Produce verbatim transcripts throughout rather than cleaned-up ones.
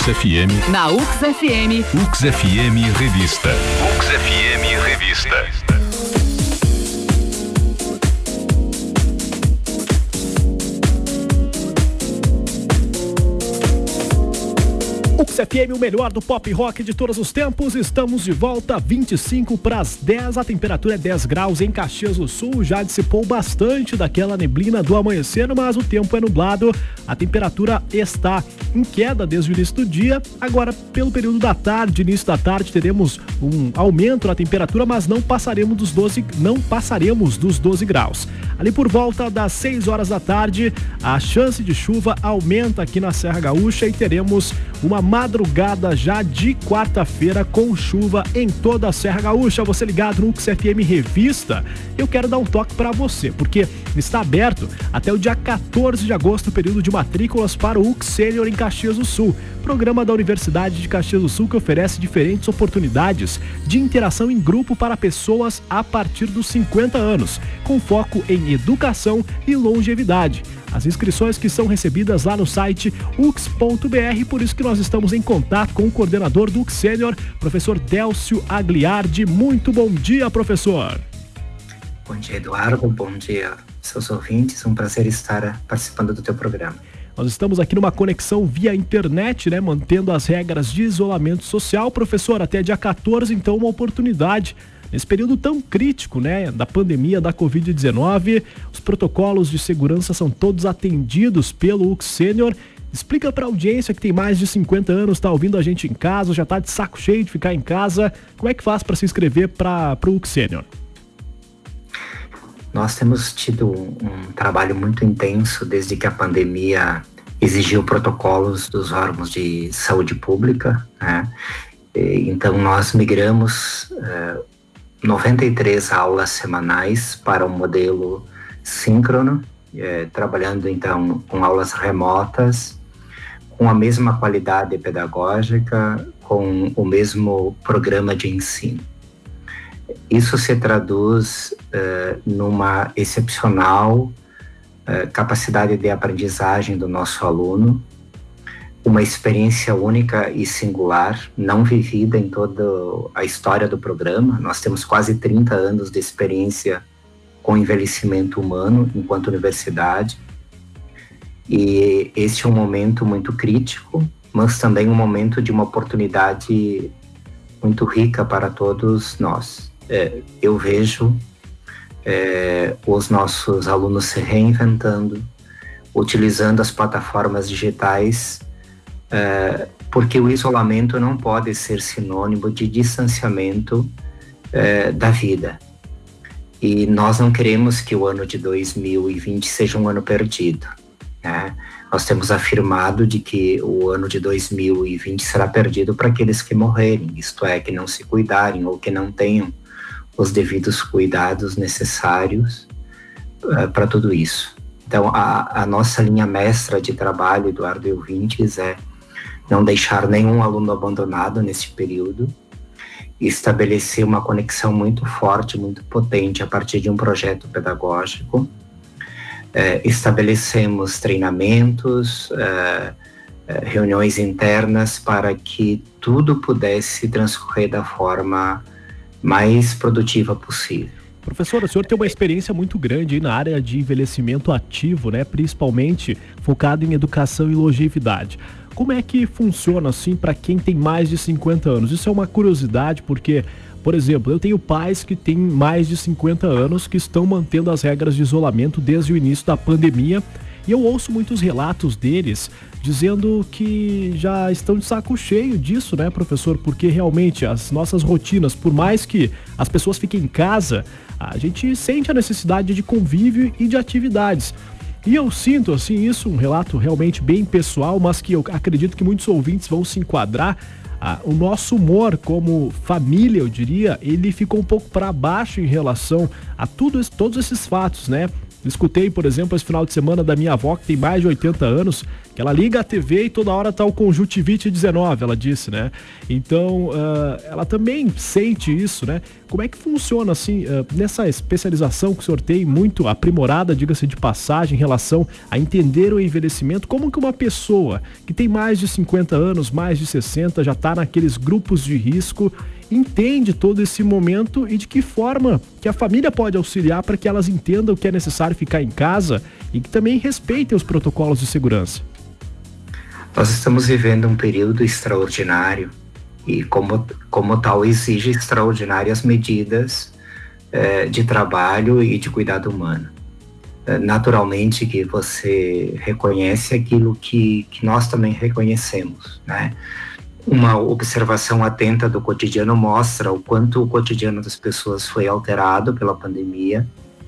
U X F M. Na U X F M. U X F M Revista. U X F M Revista. U X F M, o melhor do pop rock de todos os tempos. Estamos de volta, vinte e cinco para as dez. A temperatura é dez graus em Caxias do Sul. Já dissipou bastante daquela neblina do amanhecer, mas o tempo é nublado. A temperatura está em queda desde o início do dia. Agora, pelo período da tarde, início da tarde, teremos um aumento na temperatura, mas não passaremos dos doze, não passaremos dos doze graus. Ali por volta das seis horas da tarde, a chance de chuva aumenta aqui na Serra Gaúcha e teremos uma madrugada já de quarta-feira com chuva em toda a Serra Gaúcha. Você ligado no U X F M Revista, eu quero dar um toque para você, porque está aberto até o dia quatorze de agosto o período de matrículas para o U X Sênior em Caxias do Sul, programa da Universidade de Caxias do Sul que oferece diferentes oportunidades de interação em grupo para pessoas a partir dos cinquenta anos, com foco em educação e longevidade. As inscrições que são recebidas lá no site u x ponto b r, por isso que nós estamos em contato com o coordenador do U X Sênior, professor Délcio Agliardi. Muito bom dia, professor. Bom dia, Eduardo. Bom dia, seus ouvintes. Um prazer estar participando do teu programa. Nós estamos aqui numa conexão via internet, né, mantendo as regras de isolamento social. Professor, até dia quatorze, então, uma oportunidade. Nesse período tão crítico, né, da pandemia da covid dezenove, os protocolos de segurança são todos atendidos pelo U X Sênior. Explica para a audiência que tem mais de cinquenta anos, está ouvindo a gente em casa, já está de saco cheio de ficar em casa. Como é que faz para se inscrever para o U X Sênior? Nós temos tido um, um trabalho muito intenso desde que a pandemia exigiu protocolos dos órgãos de saúde pública, né? E, então nós migramos uh, noventa e três aulas semanais para um modelo síncrono, eh, trabalhando então com aulas remotas, com a mesma qualidade pedagógica, com o mesmo programa de ensino. Isso se traduz eh, numa excepcional eh, capacidade de aprendizagem do nosso aluno, uma experiência única e singular, não vivida em toda a história do programa. Nós temos quase trinta anos de experiência com envelhecimento humano enquanto universidade. E este é um momento muito crítico, mas também um momento de uma oportunidade muito rica para todos nós. É, eu vejo é, os nossos alunos se reinventando, utilizando as plataformas digitais, É, porque o isolamento não pode ser sinônimo de distanciamento é, da vida. E nós não queremos que o ano de dois mil e vinte seja um ano perdido, né? Nós temos afirmado de que o ano de dois mil e vinte será perdido para aqueles que morrerem, isto é, que não se cuidarem ou que não tenham os devidos cuidados necessários é, para tudo isso. Então, a, a nossa linha mestra de trabalho, Eduardo e ouvintes, é não deixar nenhum aluno abandonado nesse período e estabelecer uma conexão muito forte, muito potente a partir de um projeto pedagógico. É, estabelecemos treinamentos, é, é, reuniões internas para que tudo pudesse transcorrer da forma mais produtiva possível. Professor, o senhor tem uma experiência muito grande aí na área de envelhecimento ativo, né? Principalmente focado em educação e longevidade. Como é que funciona assim para quem tem mais de cinquenta anos? Isso é uma curiosidade porque, por exemplo, eu tenho pais que têm mais de cinquenta anos que estão mantendo as regras de isolamento desde o início da pandemia e eu ouço muitos relatos deles dizendo que já estão de saco cheio disso, né, professor? Porque realmente as nossas rotinas, por mais que as pessoas fiquem em casa, a gente sente a necessidade de convívio e de atividades. E eu sinto, assim, isso, um relato realmente bem pessoal, mas que eu acredito que muitos ouvintes vão se enquadrar. Ah, o nosso humor como família, eu diria, ele ficou um pouco para baixo em relação a tudo, todos esses fatos, né? Escutei, por exemplo, esse final de semana da minha avó, que tem mais de oitenta anos, que ela liga a T V e toda hora tá o conjuntivite dezenove, ela disse, né? Então, uh, ela também sente isso, né? Como é que funciona, assim, uh, nessa especialização que o senhor tem, muito aprimorada, diga-se de passagem, em relação a entender o envelhecimento, como que uma pessoa que tem mais de cinquenta anos, mais de sessenta, já tá naqueles grupos de risco, entende todo esse momento e de que forma que a família pode auxiliar para que elas entendam que é necessário ficar em casa e que também respeitem os protocolos de segurança? Nós estamos vivendo um período extraordinário e, como, como tal, exige extraordinárias medidas eh, de trabalho e de cuidado humano. Eh, naturalmente que você reconhece aquilo que, que nós também reconhecemos, né? Uma observação atenta do cotidiano mostra o quanto o cotidiano das pessoas foi alterado pela pandemia,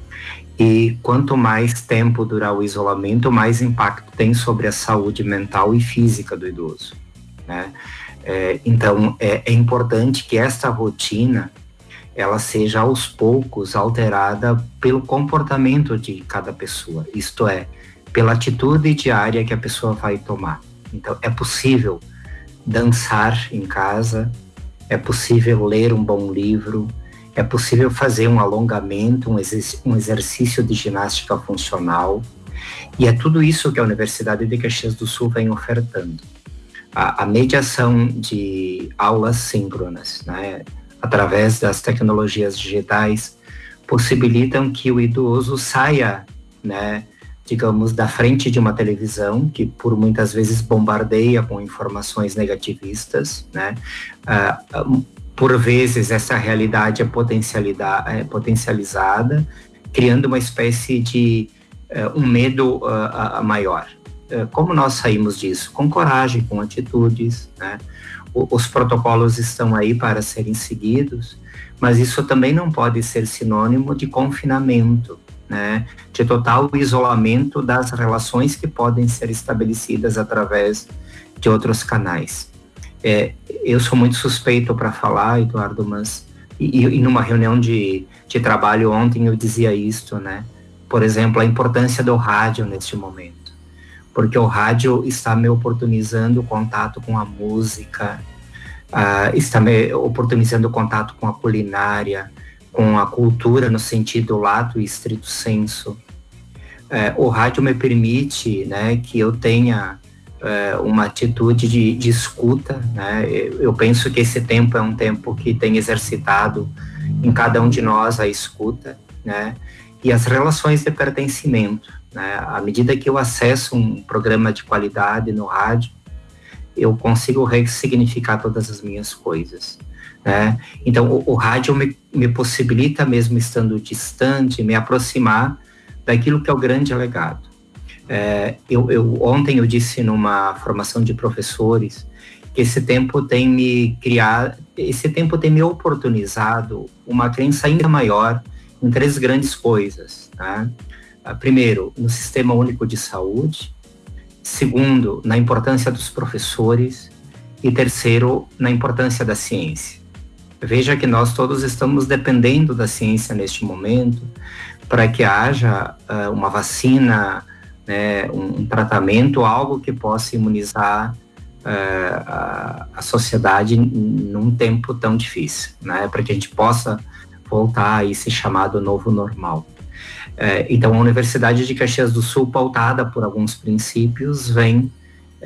e quanto mais tempo durar o isolamento, mais impacto tem sobre a saúde mental e física do idoso, né? É, então é, é importante que esta rotina ela seja aos poucos alterada pelo comportamento de cada pessoa, isto é, pela atitude diária que a pessoa vai tomar. Então é possível dançar em casa, é possível ler um bom livro, é possível fazer um alongamento, um, exerc- um exercício de ginástica funcional, e é tudo isso que a Universidade de Caxias do Sul vem ofertando. A, a mediação de aulas síncronas, né, através das tecnologias digitais, possibilitam que o idoso saia, né, digamos, da frente de uma televisão que por muitas vezes bombardeia com informações negativistas, né? Uh, por vezes essa realidade é, é potencializada, criando uma espécie de uh, um medo uh, uh, maior. Uh, como nós saímos disso? Com coragem, com atitudes, né? O, os protocolos estão aí para serem seguidos, mas isso também não pode ser sinônimo de confinamento, né, de total isolamento das relações que podem ser estabelecidas através de outros canais. É, eu sou muito suspeito para falar, Eduardo, mas e, e numa reunião de, de trabalho ontem eu dizia isto, né? Por exemplo, a importância do rádio neste momento, porque o rádio está me oportunizando o contato com a música, uh, está me oportunizando o contato com a culinária, com a cultura no sentido lato e estrito senso. É, o rádio me permite, né, que eu tenha é, uma atitude de, de escuta, né? Eu, eu penso que esse tempo é um tempo que tem exercitado em cada um de nós a escuta, né? E as relações de pertencimento, né? À medida que eu acesso um programa de qualidade no rádio, eu consigo ressignificar todas as minhas coisas. Né? Então, o, o rádio me, me possibilita, mesmo estando distante, me aproximar daquilo que é o grande legado. É, eu, eu, ontem eu disse numa formação de professores que esse tempo tem me criado, esse tempo tem me oportunizado uma crença ainda maior em três grandes coisas. Tá? Primeiro, no Sistema Único de Saúde. Segundo, na importância dos professores. E terceiro, na importância da ciência. Veja que nós todos estamos dependendo da ciência neste momento para que haja uh, uma vacina, né, um, um tratamento, algo que possa imunizar uh, a, a sociedade num tempo tão difícil, né, para que a gente possa voltar a esse chamado novo normal. Uh, então, a Universidade de Caxias do Sul, pautada por alguns princípios, vem uh,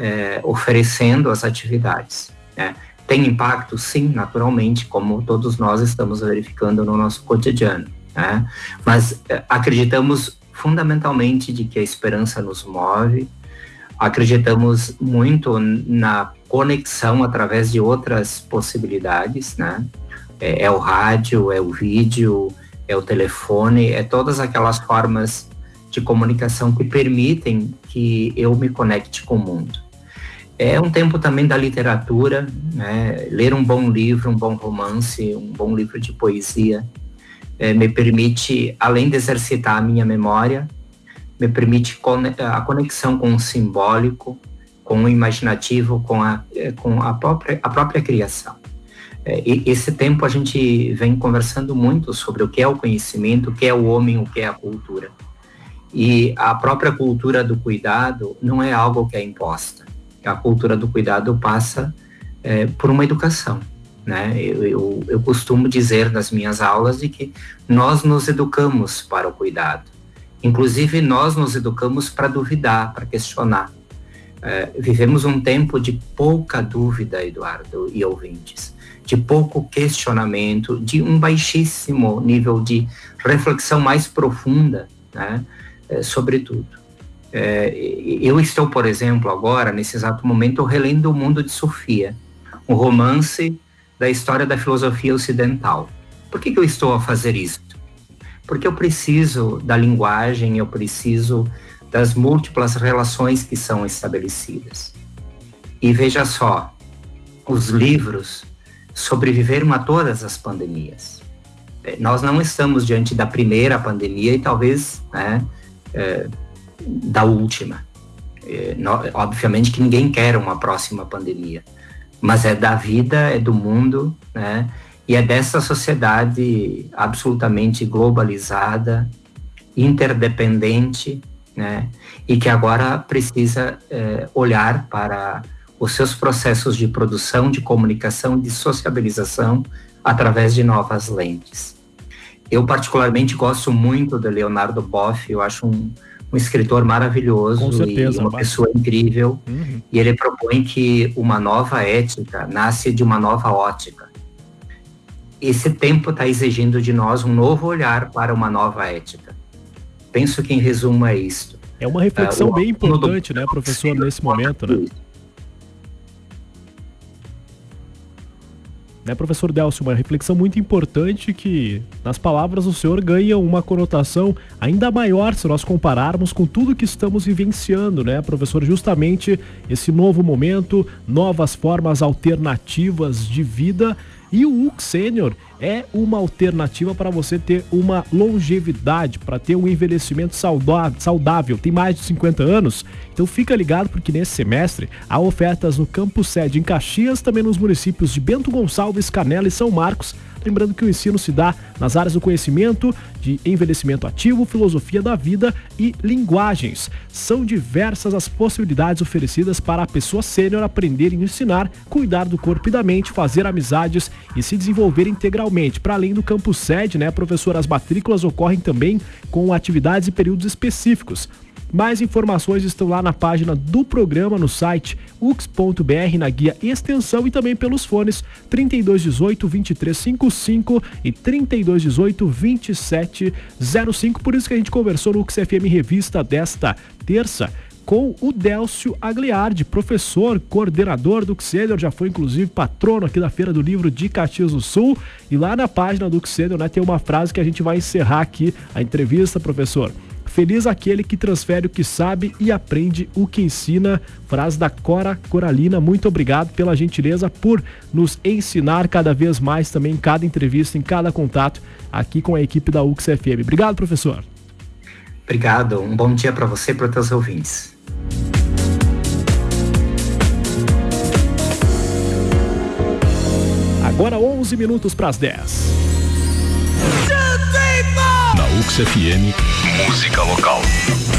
oferecendo as atividades, né. Tem impacto? Sim, naturalmente, como todos nós estamos verificando no nosso cotidiano, né? Mas eh, acreditamos fundamentalmente de que a esperança nos move, acreditamos muito na conexão através de outras possibilidades, né? É, é o rádio, é o vídeo, é o telefone, é todas aquelas formas de comunicação que permitem que eu me conecte com o mundo. É um tempo também da literatura, né? Ler um bom livro, um bom romance, um bom livro de poesia, é, me permite, além de exercitar a minha memória, me permite a conexão com o simbólico, com o imaginativo, com a, com a, própria, a própria criação. É, e esse tempo a gente vem conversando muito sobre o que é o conhecimento, o que é o homem, o que é a cultura. E a própria cultura do cuidado não é algo que é imposta. A cultura do cuidado passa é, por uma educação, né? Eu, eu, eu costumo dizer nas minhas aulas de que nós nos educamos para o cuidado. Inclusive, nós nos educamos para duvidar, para questionar. É, vivemos um tempo de pouca dúvida, Eduardo e ouvintes, de pouco questionamento, de um baixíssimo nível de reflexão mais profunda, né? É, sobre tudo. É, eu estou, por exemplo, agora, nesse exato momento, relendo O Mundo de Sofia, um romance da história da filosofia ocidental. Por que que eu estou a fazer isso? Porque eu preciso da linguagem, eu preciso das múltiplas relações que são estabelecidas. E veja só, os livros sobreviveram a todas as pandemias. Nós não estamos diante da primeira pandemia e talvez, né, é, da última. É, no, obviamente que ninguém quer uma próxima pandemia, mas é da vida, é do mundo, né, e é dessa sociedade absolutamente globalizada, interdependente, né, e que agora precisa é, olhar para os seus processos de produção, de comunicação, de sociabilização através de novas lentes. Eu particularmente gosto muito de Leonardo Boff, eu acho um, um escritor maravilhoso. Com certeza, e uma mas... pessoa incrível, uhum. E ele propõe que uma nova ética nasce de uma nova ótica. Esse tempo está exigindo de nós um novo olhar para uma nova ética. Penso que em resumo é isto. É uma reflexão uh, bem importante, do... né, professor, nesse momento, né? Né, professor Delcio, uma reflexão muito importante que, nas palavras do senhor, ganha uma conotação ainda maior se nós compararmos com tudo que estamos vivenciando, né, professor? Justamente esse novo momento, novas formas alternativas de vida. E o U C Sênior é uma alternativa para você ter uma longevidade, para ter um envelhecimento saudável. Tem mais de cinquenta anos? Então fica ligado, porque nesse semestre há ofertas no campus sede em Caxias, também nos municípios de Bento Gonçalves, Canela e São Marcos. Lembrando que o ensino se dá nas áreas do conhecimento, de envelhecimento ativo, filosofia da vida e linguagens. São diversas as possibilidades oferecidas para a pessoa sênior aprender e ensinar, cuidar do corpo e da mente, fazer amizades e se desenvolver integralmente. Para além do campus sede, né, professor, as matrículas ocorrem também com atividades e períodos específicos. Mais informações estão lá na página do programa, no site u c s ponto b r, na guia extensão, e também pelos fones trinta e dois dezoito, vinte e três cinquenta e cinco e trinta e dois dezoito, vinte e sete zero cinco. Por isso que a gente conversou no U C S F M Revista desta terça com o Delcio Agliardi, professor, coordenador do U C Sênior, já foi inclusive patrono aqui da Feira do Livro de Caxias do Sul. E lá na página do U C Sênior, né, tem uma frase que a gente vai encerrar aqui a entrevista, professor. Feliz aquele que transfere o que sabe e aprende o que ensina. Frase da Cora Coralina. Muito obrigado pela gentileza por nos ensinar cada vez mais também em cada entrevista, em cada contato aqui com a equipe da U C S F M. Obrigado, professor. Obrigado. Um bom dia para você e para os teus ouvintes. Agora onze minutos para as dez. Na U C S F M, música local.